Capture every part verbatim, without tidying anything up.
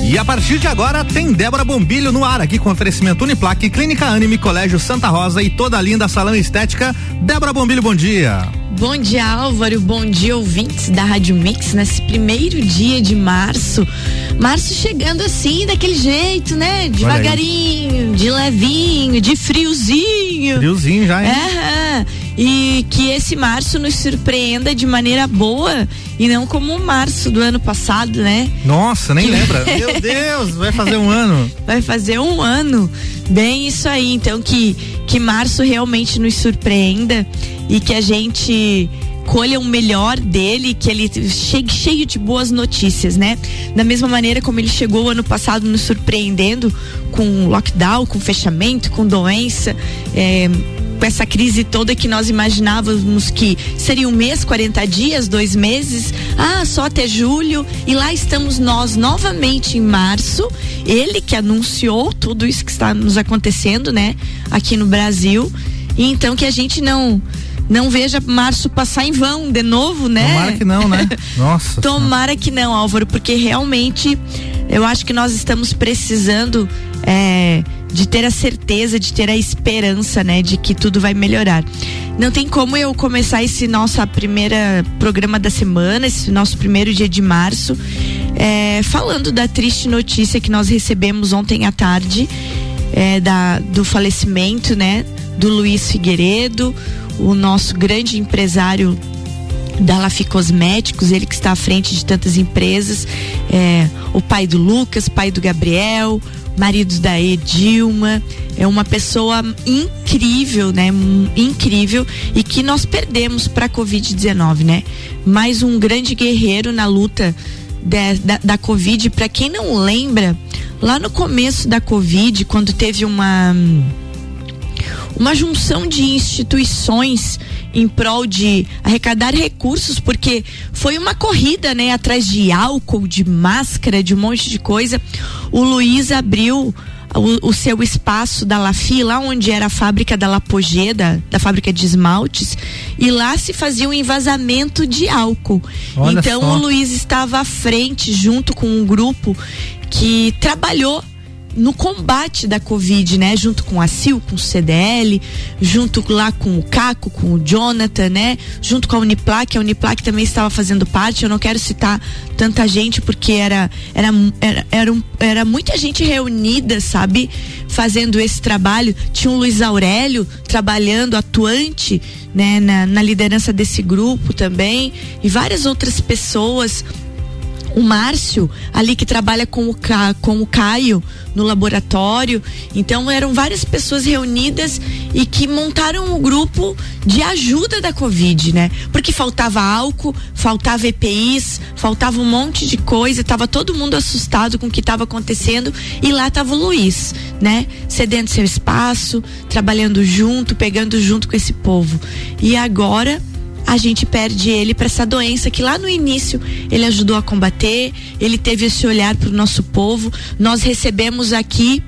E a partir de agora tem Débora Bombilho no ar aqui com oferecimento Uniplac, Clínica Anime, Colégio Santa Rosa e toda a linda Salão Estética. Débora Bombilho, bom dia. Bom dia, Álvaro, bom dia, ouvintes da Rádio Mix, nesse primeiro dia de março. Março chegando assim, daquele jeito, né? Devagarinho, de levinho, de friozinho. Friozinho já, hein? É, e que esse março nos surpreenda de maneira boa e não como o março do ano passado, né? Nossa, nem lembra. Meu Deus, vai fazer um ano. Vai fazer um ano. Bem isso aí, então que, que março realmente nos surpreenda e que a gente colha o melhor dele, que ele chegue cheio de boas notícias, né? Da mesma maneira como ele chegou ano passado nos surpreendendo com lockdown, com fechamento, com doença, é, com essa crise toda que nós imaginávamos que seria um mês, quarenta dias, dois meses, ah, só até julho, e lá estamos nós novamente em março, ele que anunciou tudo isso que está nos acontecendo, né? Aqui no Brasil, e então que a gente não não veja março passar em vão de novo, né? Tomara que não, né? Nossa. Tomara que não, Álvaro, porque realmente eu acho que nós estamos precisando é, de ter a certeza, de ter a esperança, né? De que tudo vai melhorar. Não tem como eu começar esse nosso primeira programa da semana, esse nosso primeiro dia de março, é, falando da triste notícia que nós recebemos ontem à tarde, é, da, do falecimento, né? Do Luiz Figueiredo, o nosso grande empresário da Lafi Cosméticos, ele que está à frente de tantas empresas, é, o pai do Lucas, pai do Gabriel, marido da Edilma, é uma pessoa incrível, né? Incrível, e que nós perdemos para a covid dezenove, né? Mais um grande guerreiro na luta de, da, da Covid. Para quem não lembra, lá no começo da Covid, quando teve uma uma junção de instituições em prol de arrecadar recursos, porque foi uma corrida, né, atrás de álcool, de máscara, de um monte de coisa. O Luiz abriu o, o seu espaço da Lafi, lá onde era a fábrica da Lapogê, da, da fábrica de esmaltes, e lá se fazia um envasamento de álcool. Olha então só. O Luiz estava à frente, junto com um grupo que trabalhou no combate da Covid, né? Junto com a Sil, com o C D L, junto lá com o Caco, com o Jonathan, né? Junto com a Uniplac, a Uniplac também estava fazendo parte. Eu não quero citar tanta gente porque era era era, era, um, era muita gente reunida, sabe? Fazendo esse trabalho. Tinha o Luiz Aurélio trabalhando, atuante, né? Na, na liderança desse grupo também, e várias outras pessoas. O Márcio, ali que trabalha com o, Ca, com o Caio no laboratório. Então eram várias pessoas reunidas e que montaram um grupo de ajuda da Covid, né? Porque faltava álcool, faltava E P Is, faltava um monte de coisa, tava todo mundo assustado com o que estava acontecendo, e lá tava o Luiz, né? Cedendo seu espaço, trabalhando junto, pegando junto com esse povo. E agora a gente perde ele para essa doença que lá no início ele ajudou a combater, ele teve esse olhar para o nosso povo. Nós recebemos aqui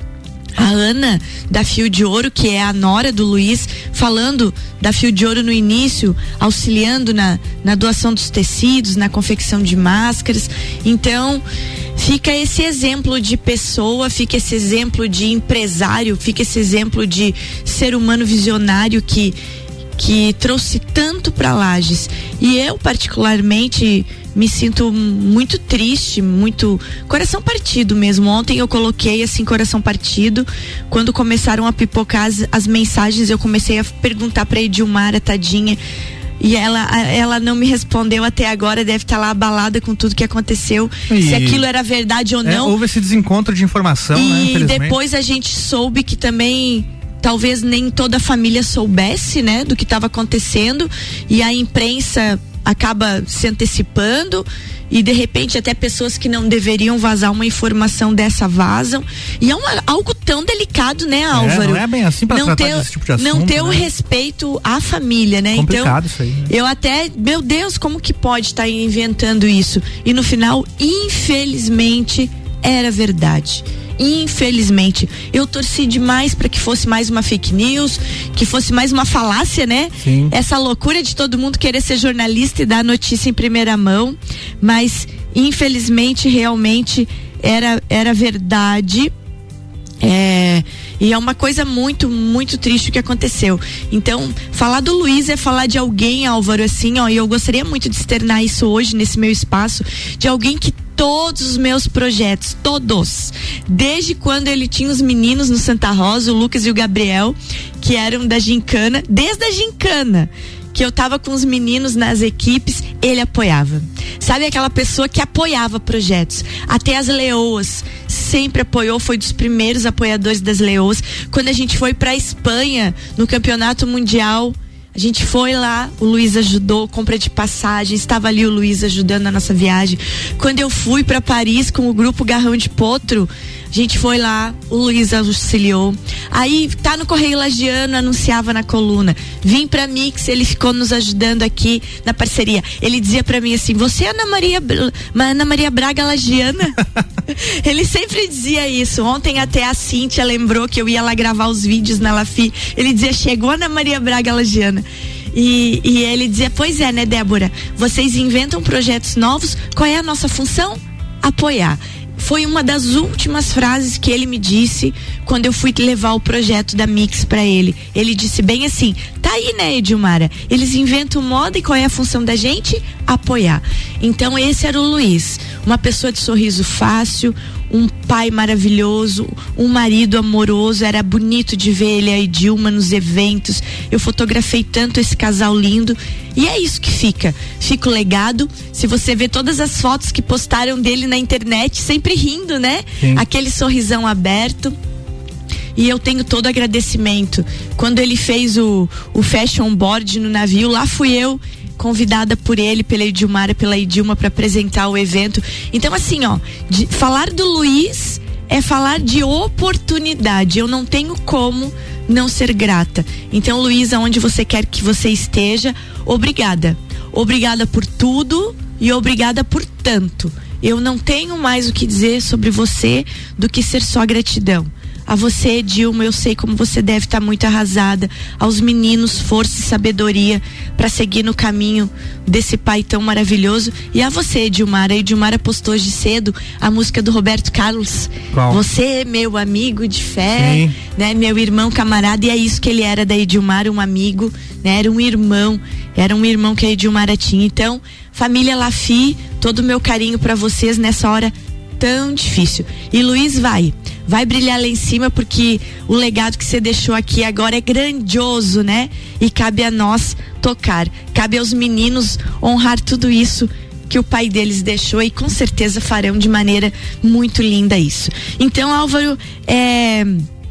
a Ana da Fio de Ouro, que é a nora do Luiz, falando da Fio de Ouro no início, auxiliando na, na doação dos tecidos, na confecção de máscaras. Então fica esse exemplo de pessoa, fica esse exemplo de empresário, fica esse exemplo de ser humano visionário que que trouxe tanto para Lages. E eu particularmente me sinto muito triste, muito coração partido mesmo. Ontem eu coloquei assim, coração partido. Quando começaram a pipocar as, as mensagens, eu comecei a perguntar para Edilmara, tadinha, e ela, ela não me respondeu até agora, deve estar lá abalada com tudo que aconteceu, e se aquilo era verdade ou não. É, houve esse desencontro de informação, e né, depois a gente soube que também talvez nem toda a família soubesse, né, do que estava acontecendo, e a imprensa acaba se antecipando, e de repente até pessoas que não deveriam vazar uma informação dessa vazam, e é uma, algo tão delicado, né, Álvaro? É, não é bem assim pra não tratar ter, desse tipo de assunto, não ter, né, o né? respeito à família, né? Complicado então, isso aí, né? Eu até, meu Deus, como que pode estar tá inventando isso? E no final, infelizmente, era verdade. Infelizmente, eu torci demais para que fosse mais uma fake news, que fosse mais uma falácia, né? Sim. Essa loucura de todo mundo querer ser jornalista e dar notícia em primeira mão, mas infelizmente, realmente era, era verdade. É, e é uma coisa muito, muito triste o que aconteceu. Então, falar do Luiz é falar de alguém, Álvaro, assim, ó, e eu gostaria muito de externar isso hoje nesse meu espaço, de alguém que todos os meus projetos, todos, desde quando ele tinha os meninos no Santa Rosa, o Lucas e o Gabriel, que eram da gincana, desde a gincana, que eu tava com os meninos nas equipes, ele apoiava. Sabe aquela pessoa que apoiava projetos? Até as Leoas, sempre apoiou, foi dos primeiros apoiadores das Leoas. Quando a gente foi pra Espanha, no Campeonato Mundial, a gente foi lá, o Luiz ajudou, compra de passagem, estava ali o Luiz ajudando a nossa viagem. Quando eu fui para Paris com o grupo Garrão de Potro, a gente foi lá, o Luiz auxiliou. Aí tá no Correio Lagiano, anunciava na coluna. Vim pra Mix, ele ficou nos ajudando aqui na parceria. Ele dizia pra mim assim: você é Ana Maria, Ana Maria Braga Lagiana? Ele sempre dizia isso. Ontem até a Cíntia lembrou que eu ia lá gravar os vídeos na Lafi. Ele dizia: chegou Ana Maria Braga Lagiana. E, e ele dizia: pois é, né, Débora? Vocês inventam projetos novos, qual é a nossa função? Apoiar. Foi uma das últimas frases que ele me disse quando eu fui levar o projeto da Mix pra ele. Ele disse bem assim: tá aí, né, Edilmara? Eles inventam moda e qual é a função da gente? Apoiar. Então esse era o Luiz, uma pessoa de sorriso fácil, um pai maravilhoso, um marido amoroso. Era bonito de ver ele e a Edilma nos eventos. Eu fotografei tanto esse casal lindo. E é isso que fica. Fica o legado. Se você vê todas as fotos que postaram dele na internet, sempre rindo, né? Sim. Aquele sorrisão aberto. E eu tenho todo agradecimento. Quando ele fez o, o fashion board no navio, lá fui eu, convidada por ele, pela Edilmara, pela Edilma, para apresentar o evento. Então, assim, ó, de, falar do Luiz é falar de oportunidade. Eu não tenho como não ser grata. Então, Luiz, aonde você quer que você esteja, obrigada. Obrigada por tudo e obrigada por tanto. Eu não tenho mais o que dizer sobre você do que ser só gratidão. A você, Dilma, eu sei como você deve estar muito arrasada. Aos meninos, força e sabedoria para seguir no caminho desse pai tão maravilhoso. E a você, Edilmara. A Edilmara postou hoje cedo a música do Roberto Carlos. Qual? Você, meu amigo de fé, sim, né? Meu irmão camarada. E é isso que ele era da Edilmara, um amigo, né? Era um irmão, era um irmão que a Edilmara tinha. Então, família Lafi, todo o meu carinho para vocês nessa hora tão difícil. E Luiz, vai vai brilhar lá em cima, porque o legado que você deixou aqui agora é grandioso, né? E cabe a nós tocar, cabe aos meninos honrar tudo isso que o pai deles deixou, e com certeza farão de maneira muito linda isso. Então, Álvaro, é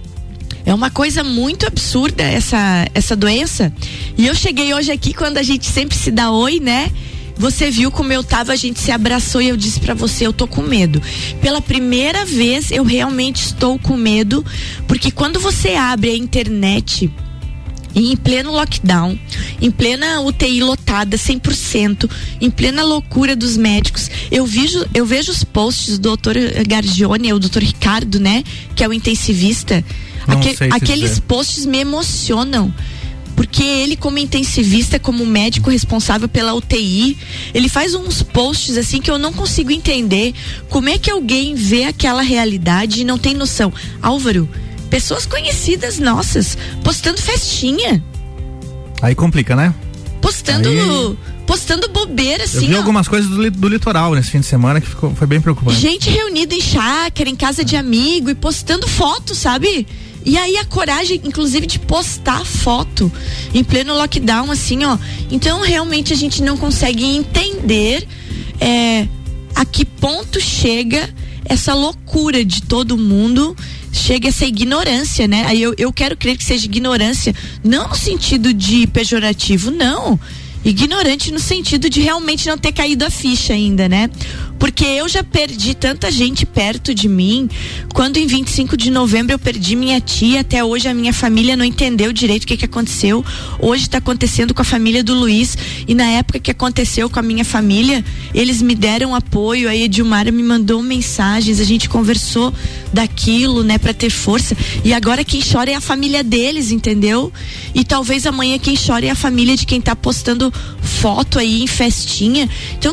é uma coisa muito absurda essa essa doença. E eu cheguei hoje aqui, quando a gente sempre se dá oi, né? Você viu como eu tava, a gente se abraçou e eu disse pra você: eu tô com medo. Pela primeira vez eu realmente estou com medo, porque quando você abre a internet em pleno lockdown, em plena U T I lotada cem por cento, em plena loucura dos médicos, eu vejo, eu vejo os posts do doutor Gargione, o doutor Ricardo, né, que é o intensivista. Aque, aqueles posts me emocionam. Porque ele, como intensivista, como médico responsável pela U T I, ele faz uns posts assim que eu não consigo entender. Como é que alguém vê aquela realidade e não tem noção? Álvaro, pessoas conhecidas nossas postando festinha. Aí complica, né? Postando Aí... postando bobeira, assim. Eu vi ó. algumas coisas do, do litoral nesse fim de semana que ficou, foi bem preocupante. Gente reunida em chácara, em casa de amigo e postando foto, sabe? E aí a coragem, inclusive, de postar foto em pleno lockdown, assim, ó. Então, realmente, a gente não consegue entender é, a que ponto chega essa loucura de todo mundo, chega essa ignorância, né? Aí eu, eu quero crer que seja ignorância, não no sentido de pejorativo, não. Ignorante no sentido de realmente não ter caído a ficha ainda, né? Porque eu já perdi tanta gente perto de mim. Quando em vinte e cinco de novembro eu perdi minha tia, até hoje a minha família não entendeu direito o que que aconteceu. Hoje está acontecendo com a família do Luiz, e na época que aconteceu com a minha família, eles me deram apoio. Aí a Edilmara me mandou mensagens, a gente conversou daquilo, né, para ter força. E agora quem chora é a família deles, entendeu? E talvez amanhã quem chora é a família de quem tá postando foto aí em festinha. Então, que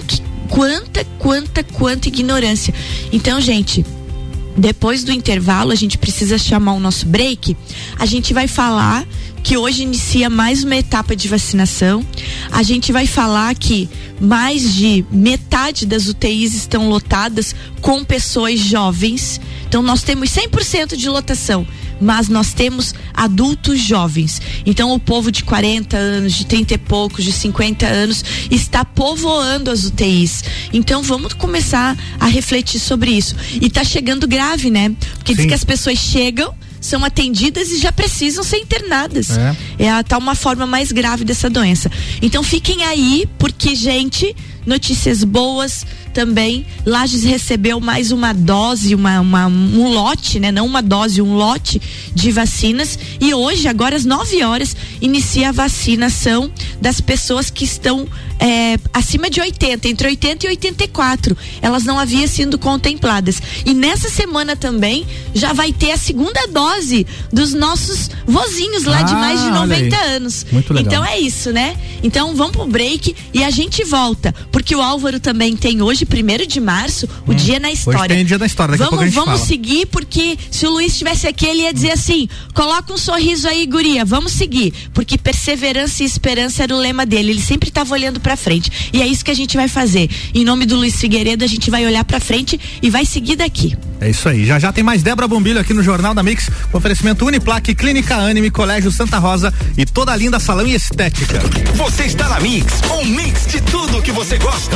Quanta, quanta, quanta ignorância. Então, gente, depois do intervalo, a gente precisa chamar o nosso break. A gente vai falar que hoje inicia mais uma etapa de vacinação. A gente vai falar que mais de metade das U T Is estão lotadas com pessoas jovens. Então nós temos cem por cento de lotação, mas nós temos adultos jovens. Então o povo de quarenta anos, de trinta e poucos, de cinquenta anos está povoando as U T Is. Então vamos começar a refletir sobre isso. E tá chegando grave, né? Porque Sim. diz que as pessoas chegam, são atendidas e já precisam ser internadas. É. É tá uma forma mais grave dessa doença. Então fiquem aí, porque, gente, notícias boas também. Lages recebeu mais uma dose, uma, uma, um lote, né? Não uma dose, um lote de vacinas. E hoje, agora às nove horas, inicia a vacinação das pessoas que estão é, acima de oitenta, entre oitenta e oitenta e quatro. Elas não haviam sido contempladas. E nessa semana também já vai ter a segunda dose dos nossos vozinhos lá ah, de mais de noventa anos. Muito legal. Então é isso, né? Então vamos pro break e a gente volta, porque o Álvaro também tem hoje, primeiro de março, o hum, dia na história. Hoje tem o dia da história, daqui vamos, a pouco a gente Vamos fala. seguir, porque se o Luiz estivesse aqui, ele ia dizer assim: coloca um sorriso aí, guria, vamos seguir, porque perseverança e esperança era o lema dele, ele sempre estava olhando pra frente, e é isso que a gente vai fazer. Em nome do Luiz Figueiredo, a gente vai olhar pra frente e vai seguir daqui. É isso aí, já já tem mais Débora Bombilho aqui no Jornal da Mix, com oferecimento Uniplac, Clínica Anime, Colégio Santa Rosa e toda a linda salão e estética. Você está na Mix, um mix de tudo que você gosta.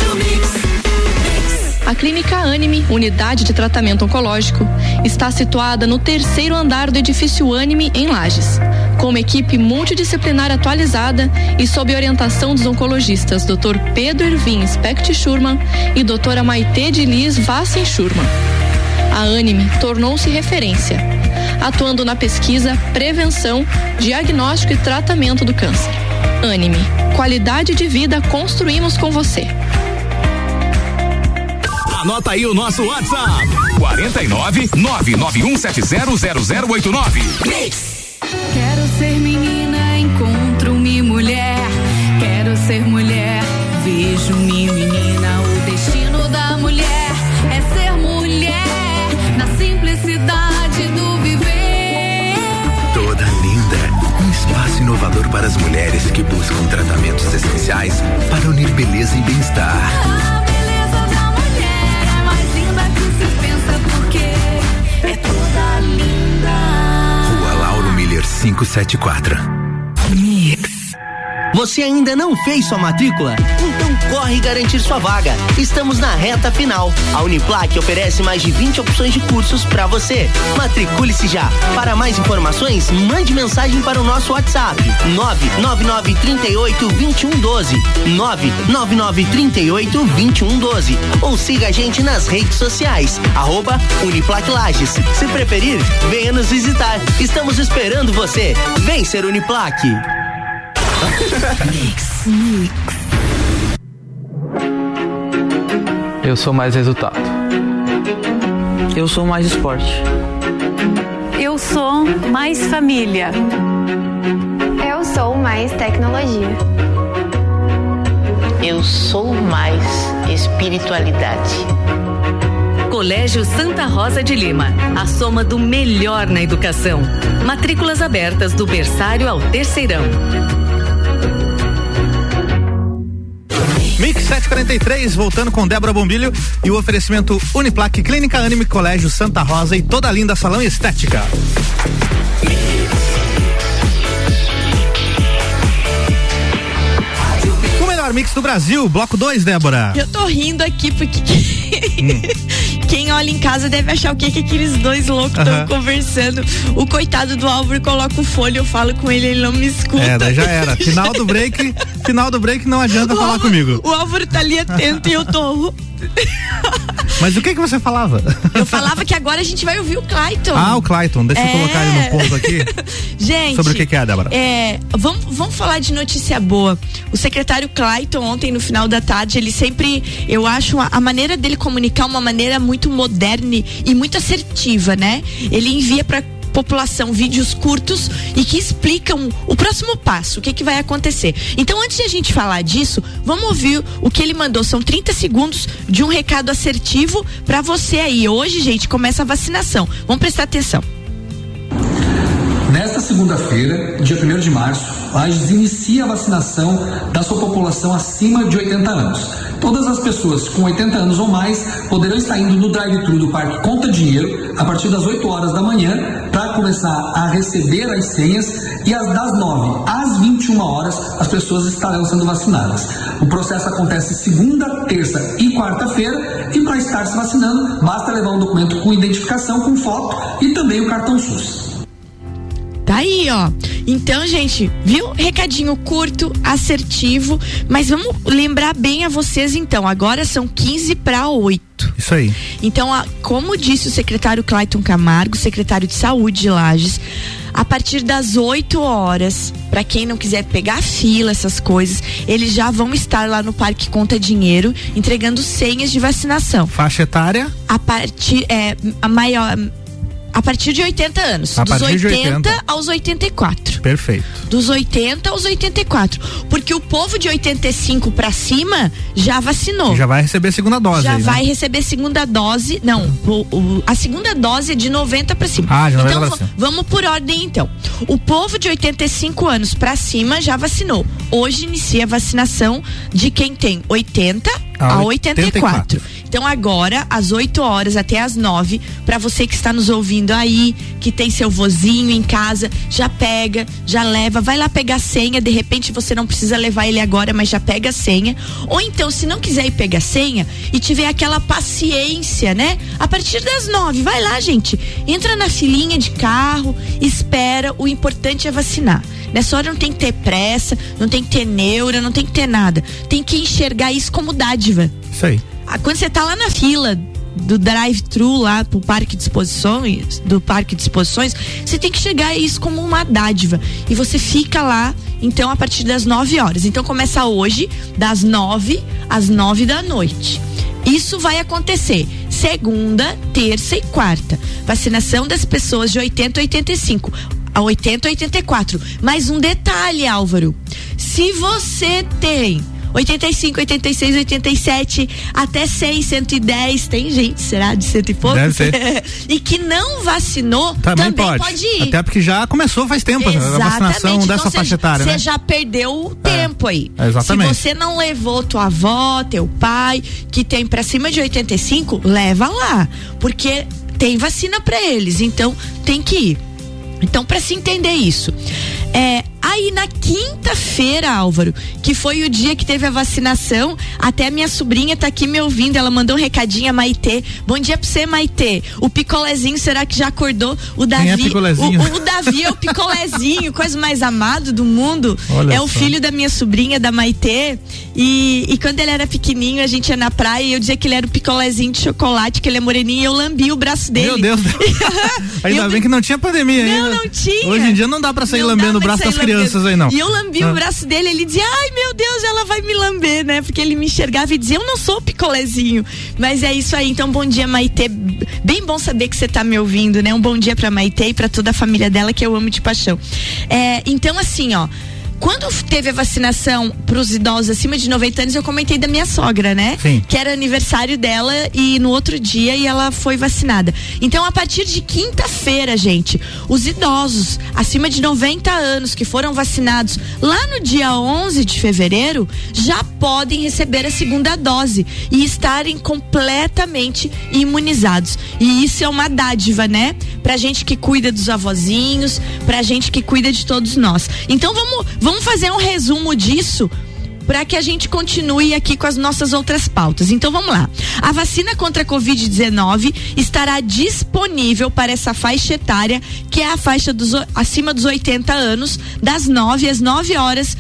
A Clínica Anime, unidade de tratamento oncológico, está situada no terceiro andar do edifício Anime, em Lages. Com uma equipe multidisciplinar atualizada e sob orientação dos oncologistas doutor Pedro Ervin Specht Schurman e doutora Maite de Liz Vassen Schurman. A Anime tornou-se referência, atuando na pesquisa, prevenção, diagnóstico e tratamento do câncer. Anime, qualidade de vida construímos com você. Anota aí o nosso WhatsApp: quarenta e nove, nove nove um sete zero zero zero oito nove. Quero ser menina, encontro-me mulher. Quero ser mulher, vejo-me menina. O destino da mulher é ser mulher, na simplicidade do viver. Toda linda, um espaço inovador para as mulheres que buscam tratamentos essenciais para unir beleza e bem-estar. A beleza da mulher é mais linda que se pensa, porque é toda linda. Rua Lauro Miller quinhentos e setenta e quatro. Mix. Você ainda não fez sua matrícula? Então corre garantir sua vaga. Estamos na reta final. A Uniplac oferece mais de vinte opções de cursos para você. Matricule-se já. Para mais informações, mande mensagem para o nosso WhatsApp: nove nove nove, três oito, dois um um dois. nove nove nove, três oito, dois um um dois. Ou siga a gente nas redes sociais, arroba Uniplac Lages. Se preferir, venha nos visitar. Estamos esperando você. Vem ser Uniplac. Mix. Mix. Eu sou mais resultado. Eu sou mais esporte. Eu sou mais família. Eu sou mais tecnologia. Eu sou mais espiritualidade. Colégio Santa Rosa de Lima, a soma do melhor na educação. Matrículas abertas do berçário ao terceirão. Mix sete e quarenta e três, voltando com Débora Bombilho e o oferecimento Uniplac, Clínica Anime, Colégio Santa Rosa e toda a linda salão e estética. O melhor mix do Brasil, bloco dois, Débora. Eu tô rindo aqui porque hum. quem olha em casa deve achar o que que aqueles dois loucos estão uh-huh. conversando. O coitado do Álvaro coloca o fone, eu falo com ele, ele não me escuta. É, daí já era. Final do break, final do break não adianta o falar Álvaro, comigo. O Álvaro tá ali atento e eu tô... Mas o que que você falava? Eu falava que agora a gente vai ouvir o Clayton. Ah, o Clayton, deixa é... eu colocar ele no ponto aqui. Gente, sobre o que que é, Débora? É, vamos, vamos falar de notícia boa. O secretário Clayton, ontem no final da tarde, ele sempre, eu acho a, a maneira dele comunicar uma maneira muito moderna e muito assertiva, né? Ele envia para população vídeos curtos e que explicam o próximo passo, o que que vai acontecer. Então, antes de a gente falar disso, vamos ouvir o que ele mandou. São trinta segundos de um recado assertivo para você aí. Hoje, gente, começa a vacinação. Vamos prestar atenção. Nesta segunda-feira, dia primeiro de março, Lages inicia a vacinação da sua população acima de oitenta anos. Todas as pessoas com oitenta anos ou mais poderão estar indo no drive-thru do Parque Conta Dinheiro a partir das oito horas da manhã para começar a receber as senhas e as das nove às vinte e uma horas as pessoas estarão sendo vacinadas. O processo acontece segunda, terça e quarta-feira e para estar se vacinando basta levar um documento com identificação, com foto e também o cartão SUS. Tá aí, ó. Então, gente, viu? Recadinho curto, assertivo, mas vamos lembrar bem a vocês então, agora são quinze para oito. Isso aí. Então, a, como disse o secretário Clayton Camargo, secretário de Saúde de Lages, a partir das oito horas, para quem não quiser pegar fila, essas coisas, eles já vão estar lá no Parque Conta Dinheiro, entregando senhas de vacinação. Faixa etária? A partir, é, a maior... A partir de oitenta anos. A dos partir oitenta, de oitenta aos oitenta e quatro. Perfeito. Dos oitenta aos oitenta e quatro. Porque o povo de oitenta e cinco pra cima já vacinou. Já vai receber a segunda dose. Já aí, vai né? receber segunda dose. Não, o, o, a segunda dose é de noventa pra cima. Ah, de noventa então, pra cima. Vamos por ordem então. O povo de oitenta e cinco anos pra cima já vacinou. Hoje inicia a vacinação de quem tem oitenta a oitenta e quatro. Então agora, às oito horas até às nove, para você que está nos ouvindo aí, que tem seu vozinho em casa, já pega, já leva, vai lá pegar a senha, de repente você não precisa levar ele agora, mas já pega a senha. Ou então, se não quiser ir pegar a senha e tiver aquela paciência, né? A partir das nove, vai lá, gente, entra na filinha de carro, espera, o importante é vacinar. Nessa hora não tem que ter pressa, não tem que ter neura, não tem que ter nada. Tem que enxergar isso como dádiva. Isso aí. Quando você tá lá na fila do drive-thru lá pro parque de exposições, do parque de exposições, você tem que chegar isso como uma dádiva. E você fica lá, então, a partir das nove horas. Então começa hoje, das nove às nove da noite. Isso vai acontecer segunda, terça e quarta. Vacinação das pessoas de oitenta a oitenta e cinco. A oitenta a oitenta e quatro. Mais um detalhe, Álvaro. Se você tem oitenta e cinco, oitenta e seis, oitenta e sete, até cem, cento e dez, tem gente, será, de cento e pouco? Deve ser. E que não vacinou, também, também pode. pode ir. Até porque já começou faz tempo. Exatamente. A vacinação então, dessa faixa etária, né? Você já perdeu o é. tempo aí. É, exatamente. Se você não levou tua avó, teu pai, que tem pra cima de oitenta e cinco, leva lá, porque tem vacina pra eles, então tem que ir. Então, para se entender isso, é, aí na quinta-feira, Álvaro, que foi o dia que teve a vacinação, até a minha sobrinha tá aqui me ouvindo, ela mandou um recadinho, a Maitê. Bom dia pra você, Maitê. O picolézinho, será que já acordou? O Davi, Quem é picolézinho? O, o Davi é o picolézinho, coisa mais amado do mundo. Olha é só. O filho da minha sobrinha, da Maitê. E, e quando ele era pequenininho, a gente ia na praia e eu dizia que ele era o picolézinho de chocolate, que ele é moreninho, e eu lambi o braço dele. Meu Deus. Ainda eu, bem que não tinha pandemia não, ainda. Não, não tinha. Hoje em dia não dá pra sair não lambendo o braço das lambendo. crianças aí, não. E eu lambi ah. o braço dele, ele dizia, ai meu Deus, ela vai me lamber, né? Porque ele me enxergava e dizia, eu não sou picolézinho. Mas é isso aí, então bom dia, Maitê. Bem bom saber que você tá me ouvindo, né? Um bom dia pra Maitê e pra toda a família dela, que eu amo de paixão. É, então assim, ó, quando teve a vacinação para os idosos acima de noventa anos, eu comentei da minha sogra, né? Sim. Que era aniversário dela e no outro dia e ela foi vacinada. Então, a partir de quinta-feira, gente, os idosos acima de noventa anos que foram vacinados lá no dia onze de fevereiro já podem receber a segunda dose e estarem completamente imunizados. E isso é uma dádiva, né? Pra gente que cuida dos avózinhos, pra gente que cuida de todos nós. Então, vamos Vamos fazer um resumo disso para que a gente continue aqui com as nossas outras pautas. Então vamos lá. A vacina contra a covid dezenove estará disponível para essa faixa etária, que é a faixa dos acima dos oitenta anos, das nove às nove horas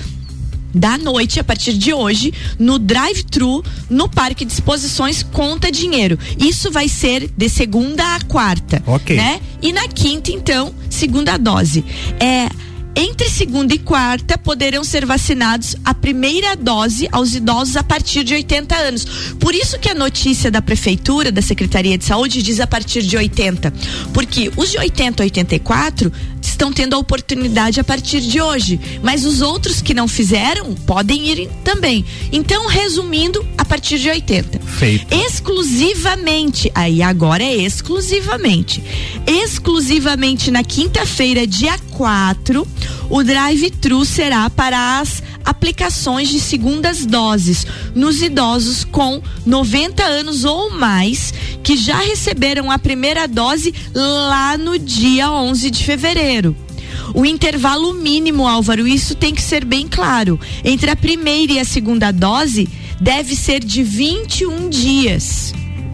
da noite, a partir de hoje, no drive-thru, no Parque de Exposições Conta Dinheiro. Isso vai ser de segunda a quarta, Ok. né? E na quinta, então, segunda dose. É Entre segunda e quarta, poderão ser vacinados a primeira dose aos idosos a partir de oitenta anos. Por isso que a notícia da Prefeitura, da Secretaria de Saúde, diz a partir de oitenta. Porque os de oitenta a oitenta e quatro estão tendo a oportunidade a partir de hoje. Mas os outros que não fizeram, podem ir também. Então, resumindo, a partir de oitenta. Feito. Exclusivamente, aí agora é exclusivamente. Exclusivamente na quinta-feira, dia quatro, o drive-thru será para as aplicações de segundas doses nos idosos com noventa anos ou mais que já receberam a primeira dose lá no dia onze de fevereiro. O intervalo mínimo, Álvaro, isso tem que ser bem claro, entre a primeira e a segunda dose deve ser de vinte e um dias.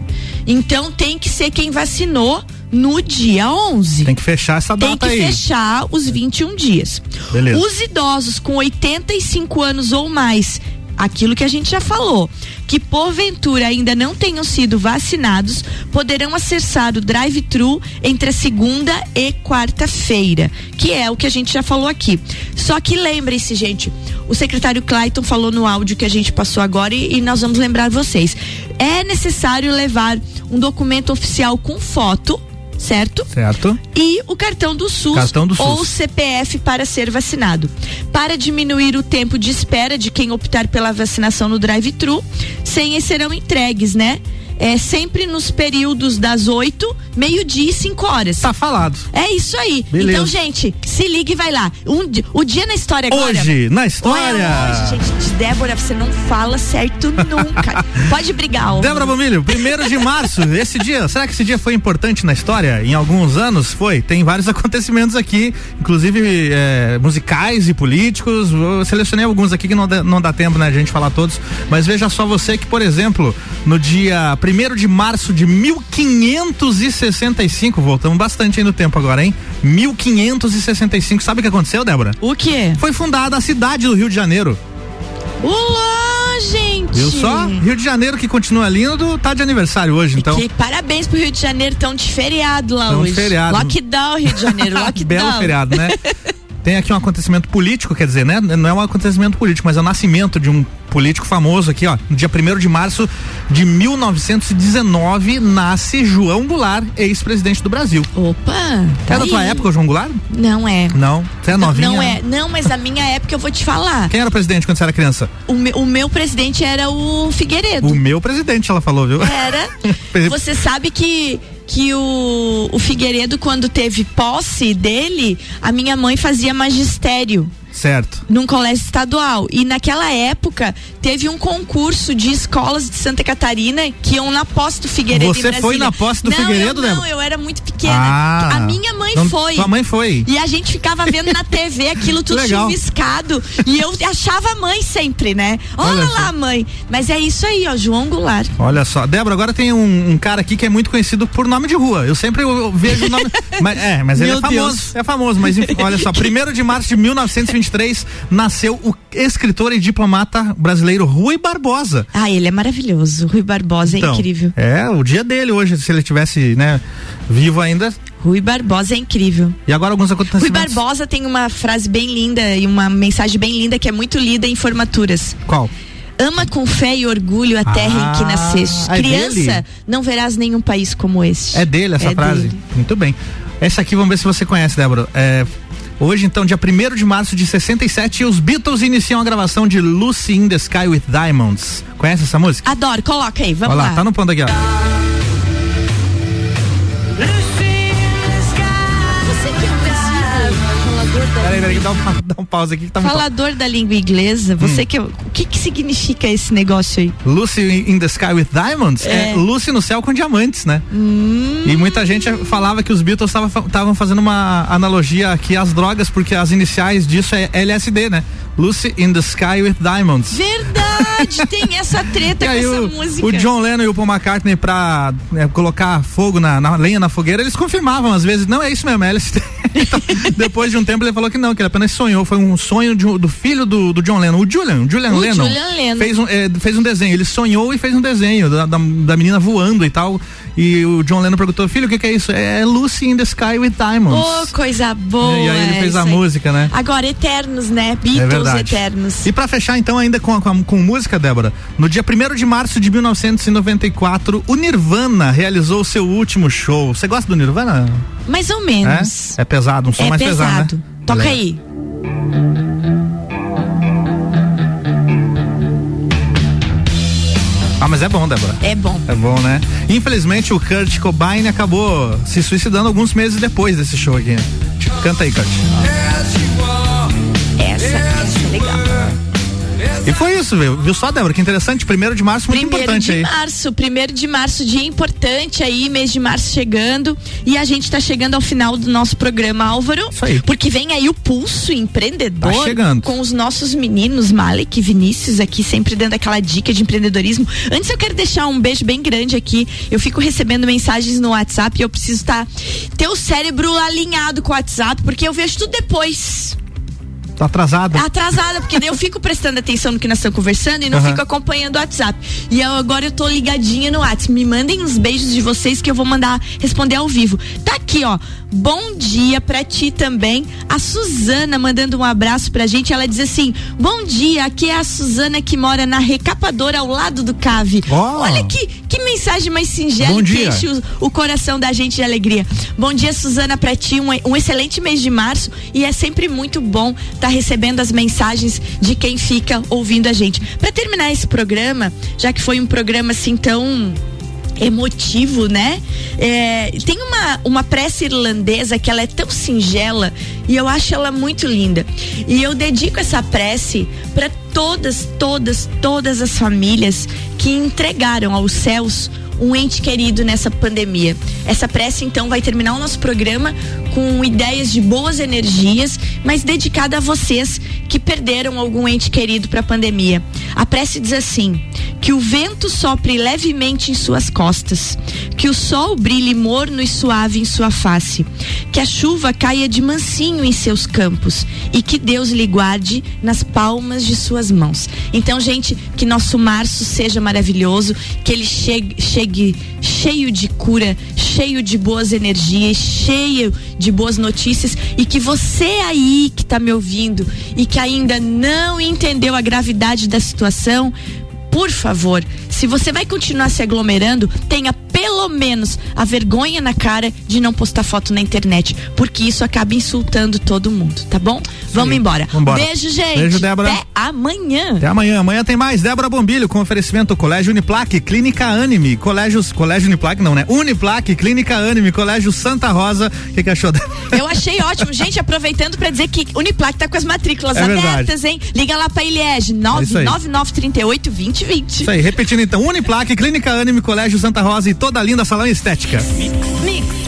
Então tem que ser quem vacinou no dia onze. Tem que fechar essa data aí. Tem que aí. fechar os vinte e um dias. Beleza. Os idosos com oitenta e cinco anos ou mais, aquilo que a gente já falou, que porventura ainda não tenham sido vacinados, poderão acessar o drive-thru entre a segunda e quarta-feira, que é o que a gente já falou aqui. Só que lembrem-se, gente, o secretário Clayton falou no áudio que a gente passou agora e, e nós vamos lembrar vocês. É necessário levar um documento oficial com foto, certo? Certo. E o cartão do SUS, cartão do SUS ou C P F para ser vacinado. Para diminuir o tempo de espera de quem optar pela vacinação no drive-thru, senhas serão entregues, né? É sempre nos períodos das oito, meio-dia e cinco horas. Tá falado. É isso aí. Beleza. Então, gente, se liga e vai lá. Um, o dia na história agora. Hoje, na história. É hoje, gente. Débora, você não fala certo nunca. Pode brigar, Álvaro. Débora Bombilho, primeiro de março, esse dia, será que esse dia foi importante na história? Em alguns anos foi. Tem vários acontecimentos aqui, inclusive é, musicais e políticos. Eu selecionei alguns aqui que não dá, não dá tempo, né, a gente falar todos. Mas veja só você que, por exemplo, no dia primeiro de março de mil quinhentos e sessenta e cinco, voltamos bastante aí no tempo agora, hein? mil quinhentos e sessenta e cinco, sabe o que aconteceu, Débora? O quê? Foi fundada a cidade do Rio de Janeiro. Olá, gente! Viu só? Rio de Janeiro, que continua lindo, tá de aniversário hoje, então. Que parabéns pro Rio de Janeiro, tão de feriado lá tão hoje. De feriado. Lockdown, Rio de Janeiro, lockdown. Belo feriado, né? Tem aqui um acontecimento político, quer dizer, né? Não é um acontecimento político, mas é o nascimento de um político famoso aqui, ó. No dia primeiro de março de mil novecentos e dezenove, nasce João Goulart, ex-presidente do Brasil. Opa! Tá é da tua época, o João Goulart? Não é. Não? Você é novinha? Não, não é. Não, mas a minha época eu vou te falar. Quem era o presidente quando você era criança? O, me, o meu presidente era o Figueiredo. O meu presidente, ela falou, viu? Era. Você sabe que que o, o Figueiredo, quando teve posse dele, a minha mãe fazia magistério. Certo. Num colégio estadual. E naquela época teve um concurso de escolas de Santa Catarina que iam na posse do Figueiredo. Você foi na posse do não, Figueiredo, né? Não, eu era muito pequena. Ah, a minha mãe então, foi. Sua mãe foi. E a gente ficava vendo na T V aquilo tudo legal. chuviscado. E eu achava a mãe sempre, né? Olha, Olha lá, mãe. Mas é isso aí, ó, João Goulart. Olha só. Débora, agora tem um, um cara aqui que é muito conhecido por nome de rua. Eu sempre eu, eu vejo o nome. mas, é, mas ele Meu é famoso. Deus. É famoso, mas enfim, olha só. primeiro de março de mil novecentos e vinte e três, nasceu o escritor e diplomata brasileiro Rui Barbosa. Ah, ele é maravilhoso. Rui Barbosa então, é incrível. É, o dia dele hoje, se ele tivesse, né, vivo ainda. Rui Barbosa é incrível. E agora alguns acontecimentos. Rui Barbosa tem uma frase bem linda e uma mensagem bem linda que é muito lida em formaturas. Qual? Ama com fé e orgulho a terra ah, em que nasceste. É Criança, dele? Não verás nenhum país como este. É dele essa é frase? Dele. Muito bem. Essa aqui, vamos ver se você conhece, Débora. É, hoje, então, dia primeiro de março de sessenta e sete, os Beatles iniciam a gravação de Lucy in the Sky with Diamonds. Conhece essa música? Adoro, coloca aí, vamos Olha lá. lá. Tá no ponto aqui, ó. Peraí, peraí, dá um, dá um pause aqui que tá muito... Falador da língua inglesa, você hum. que, o que que significa esse negócio aí? Lucy in the Sky with Diamonds é, é Lucy no céu com diamantes, né? Hum. E muita gente falava que os Beatles estavam fazendo uma analogia aqui às drogas, porque as iniciais disso é L S D, né? Lucy in the Sky with Diamonds. Verdade, tem essa treta e com aí essa o, música. O John Lennon e o Paul McCartney, pra é, colocar fogo na, na lenha na fogueira, eles confirmavam às vezes, não, é isso mesmo, é L S D. Então, depois de um tempo ele falou que não, que ele apenas sonhou, foi um sonho de, do filho do, do John Lennon, o Julian, o Julian o Lennon. Julian Lennon. Fez um, é, fez um desenho, ele sonhou e fez um desenho da, da, da menina voando e tal, e o John Lennon perguntou, filho, o que que é isso? É Lucy in the Sky with Diamonds. Oh, coisa boa. E aí ele fez a música, né? Agora, Eternos, né? Beatles é Eternos. E pra fechar então ainda com, com, com música, Débora, no dia primeiro de março de mil novecentos e noventa e quatro, o Nirvana realizou o seu último show. Você gosta do Nirvana? Mais ou menos. É, é pesado, um som é mais pesado. pesado, né? Toca Legal. aí. Ah, mas é bom, Débora. É bom. É bom, né? Infelizmente o Kurt Cobain acabou se suicidando alguns meses depois desse show aqui. Canta aí, Kurt. Essa, essa é legal. E foi isso, viu? Viu só, Débora? Que interessante. Primeiro de março, muito Primeiro importante de aí. março, primeiro de março, dia importante aí, mês de março chegando. E a gente tá chegando ao final do nosso programa, Álvaro. Isso aí. Porque vem aí o Pulso Empreendedor. Tá chegando. Com os nossos meninos, Malek e Vinícius, aqui sempre dando aquela dica de empreendedorismo. Antes eu quero deixar um beijo bem grande aqui. Eu fico recebendo mensagens no WhatsApp e eu preciso estar, ter o cérebro alinhado com o WhatsApp, porque eu vejo tudo depois. Tá atrasada? Atrasada, porque daí eu fico prestando atenção no que nós estamos conversando e não Uhum. fico acompanhando o WhatsApp. E eu, agora eu tô ligadinha no WhatsApp. Me mandem uns beijos de vocês que eu vou mandar responder ao vivo. Tá aqui, ó. Bom dia pra ti também. A Suzana mandando um abraço pra gente. Ela diz assim: bom dia, aqui é a Suzana que mora na Recapadora ao lado do Cave. Oh. Olha que, que mensagem mais singela Bom que dia. enche o, o coração da gente de alegria. Bom dia, Suzana, pra ti. Um, um excelente mês de março e é sempre muito bom tá recebendo as mensagens de quem fica ouvindo a gente. Para terminar esse programa, já que foi um programa assim tão emotivo, né? É, tem uma, uma prece irlandesa que ela é tão singela e eu acho ela muito linda. E eu dedico essa prece para todas, todas, todas as famílias que entregaram aos céus um ente querido nessa pandemia. Essa prece então vai terminar o nosso programa com ideias de boas energias, mas dedicada a vocês que perderam algum ente querido para a pandemia. A prece diz assim: que o vento sopre levemente em suas costas, que o sol brilhe morno e suave em sua face, que a chuva caia de mansinho em seus campos e que Deus lhe guarde nas palmas de suas mãos. Então, gente, que nosso março seja maravilhoso, que ele chegue, chegue cheio de cura, cheio de boas energias, cheio de boas notícias, e que você aí que tá me ouvindo e que ainda não entendeu a gravidade da situação, por favor, se você vai continuar se aglomerando, tenha pelo menos a vergonha na cara de não postar foto na internet, porque isso acaba insultando todo mundo, tá bom? Vamos embora. Vambora. Beijo, gente. Beijo, Débora. Até amanhã. Até amanhã. Amanhã tem mais. Débora Bombilho com oferecimento Colégio Uniplac, Clínica Anime, Colégios, Colégio Uniplac não, né? Uniplac, Clínica Anime, Colégio Santa Rosa. O que, que achou, Débora? Eu achei ótimo. Gente, aproveitando pra dizer que Uniplac tá com as matrículas É abertas, verdade. hein? Liga lá pra Iliege, nove nove nove três oito, dois zero dois zero. Isso aí, repetindo então, Uniplac, Clínica Anime, Colégio Santa Rosa e toda a linda salão estética. Mix.